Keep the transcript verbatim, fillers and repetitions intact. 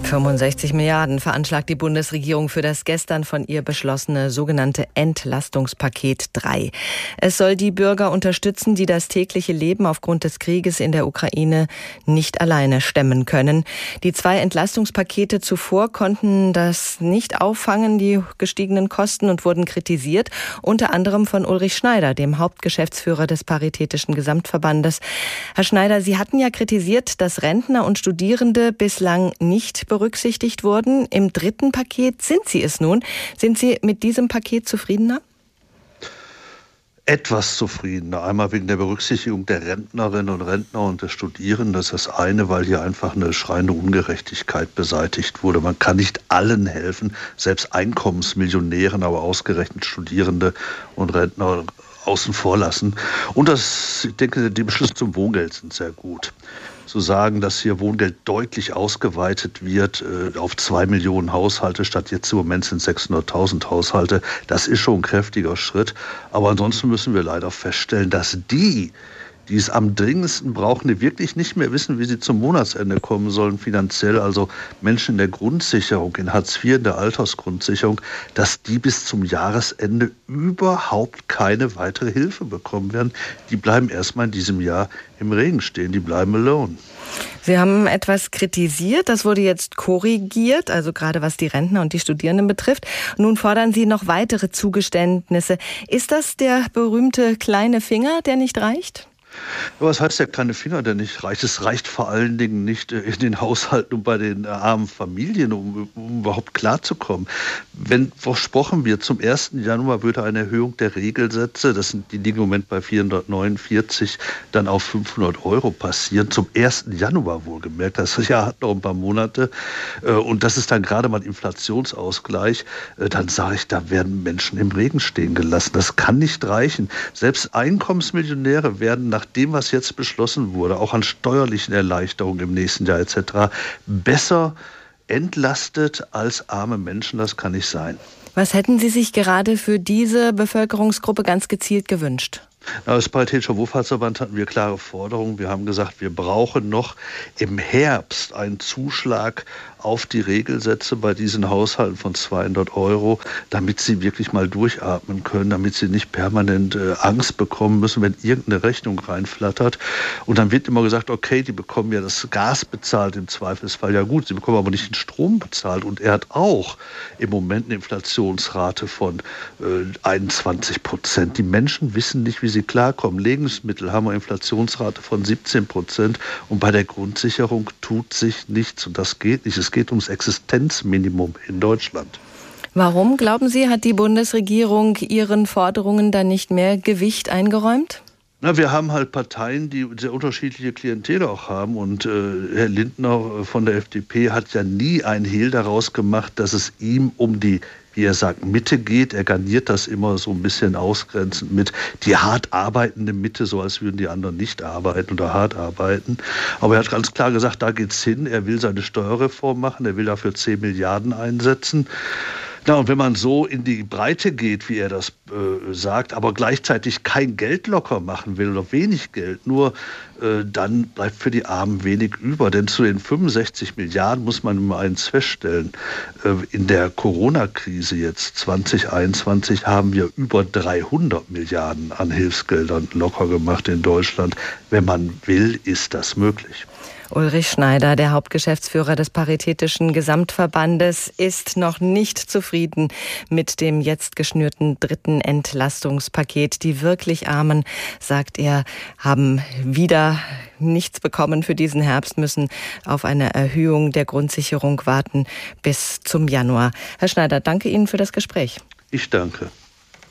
fünfundsechzig Milliarden veranschlagt die Bundesregierung für das gestern von ihr beschlossene sogenannte Entlastungspaket drei. Es soll die Bürger unterstützen, die das tägliche Leben aufgrund des Krieges in der Ukraine nicht alleine stemmen können. Die zwei Entlastungspakete zuvor konnten das nicht auffangen, die gestiegenen Kosten, und wurden kritisiert, unter anderem von Ulrich Schneider, dem Hauptgeschäftsführer des Paritätischen Gesamtverbandes. Herr Schneider, Sie hatten ja kritisiert, dass Rentner und Studierende bislang nicht berücksichtigt wurden. Im dritten Paket sind sie es nun. Sind Sie mit diesem Paket zufriedener? Etwas zufriedener. Einmal wegen der Berücksichtigung der Rentnerinnen und Rentner und der Studierenden. Das ist das eine, weil hier einfach eine schreiende Ungerechtigkeit beseitigt wurde. Man kann nicht allen helfen, selbst Einkommensmillionären, aber ausgerechnet Studierende und Rentner außen vor lassen. Und das, ich denke, die Beschlüsse zum Wohngeld sind sehr gut. Zu sagen, dass hier Wohngeld deutlich ausgeweitet wird äh, auf zwei Millionen Haushalte, statt jetzt im Moment sind sechshunderttausend Haushalte, das ist schon ein kräftiger Schritt. Aber ansonsten müssen wir leider feststellen, dass die, die es am dringendsten brauchen, die wirklich nicht mehr wissen, wie sie zum Monatsende kommen sollen finanziell, also Menschen in der Grundsicherung, in Hartz vier, in der Altersgrundsicherung, dass die bis zum Jahresende überhaupt keine weitere Hilfe bekommen werden. Die bleiben erstmal in diesem Jahr im Regen stehen, die bleiben alone. Sie haben etwas kritisiert, das wurde jetzt korrigiert, also gerade was die Rentner und die Studierenden betrifft. Nun fordern Sie noch weitere Zugeständnisse. Ist das der berühmte kleine Finger, der nicht reicht? Was heißt der kleine Finger, der nicht reicht? Es reicht vor allen Dingen nicht in den Haushalten und bei den armen Familien, um, um überhaupt klarzukommen. Wenn versprochen wird, zum ersten Januar würde eine Erhöhung der Regelsätze, das sind die liegen im Moment bei vierhundertneunundvierzig, dann auf fünfhundert Euro passieren. Zum ersten Januar wohlgemerkt. Das Jahr hat noch ein paar Monate. Und das ist dann gerade mal Inflationsausgleich. Dann sage ich, da werden Menschen im Regen stehen gelassen. Das kann nicht reichen. Selbst Einkommensmillionäre werden nach dem, was jetzt beschlossen wurde, auch an steuerlichen Erleichterungen im nächsten Jahr et cetera, besser entlastet als arme Menschen. Das kann nicht sein. Was hätten Sie sich gerade für diese Bevölkerungsgruppe ganz gezielt gewünscht? Als Paritätischer Wohlfahrtsverband hatten wir klare Forderungen. Wir haben gesagt, wir brauchen noch im Herbst einen Zuschlag auf die Regelsätze bei diesen Haushalten von zweihundert Euro, damit sie wirklich mal durchatmen können, damit sie nicht permanent äh, Angst bekommen müssen, wenn irgendeine Rechnung reinflattert. Und dann wird immer gesagt, okay, die bekommen ja das Gas bezahlt im Zweifelsfall. Ja gut, sie bekommen aber nicht den Strom bezahlt. Und er hat auch im Moment eine Inflationsrate von äh, einundzwanzig Prozent. Die Menschen wissen nicht, wie sie klarkommen. Lebensmittel haben eine Inflationsrate von siebzehn Prozent und bei der Grundsicherung tut sich nichts und das geht nicht. Es geht ums Existenzminimum in Deutschland. Warum, glauben Sie, hat die Bundesregierung ihren Forderungen dann nicht mehr Gewicht eingeräumt? Na, wir haben halt Parteien, die sehr unterschiedliche Klientel auch haben und äh, Herr Lindner von der F D P hat ja nie einen Hehl daraus gemacht, dass es ihm um die, wie er sagt, Mitte geht. Er garniert das immer so ein bisschen ausgrenzend mit die hart arbeitende Mitte, so als würden die anderen nicht arbeiten oder hart arbeiten. Aber er hat ganz klar gesagt, da geht's hin. Er will seine Steuerreform machen, er will dafür zehn Milliarden einsetzen. Na, und wenn man so in die Breite geht, wie er das äh, sagt, aber gleichzeitig kein Geld locker machen will oder wenig Geld, nur äh, dann bleibt für die Armen wenig über. Denn zu den fünfundsechzig Milliarden muss man immer eins feststellen. Äh, in der Corona-Krise jetzt zwanzig einundzwanzig haben wir über dreihundert Milliarden an Hilfsgeldern locker gemacht in Deutschland. Wenn man will, ist das möglich. Ulrich Schneider, der Hauptgeschäftsführer des Paritätischen Gesamtverbandes, ist noch nicht zufrieden mit dem jetzt geschnürten dritten Entlastungspaket. Die wirklich Armen, sagt er, haben wieder nichts bekommen für diesen Herbst, müssen auf eine Erhöhung der Grundsicherung warten bis zum Januar. Herr Schneider, danke Ihnen für das Gespräch. Ich danke.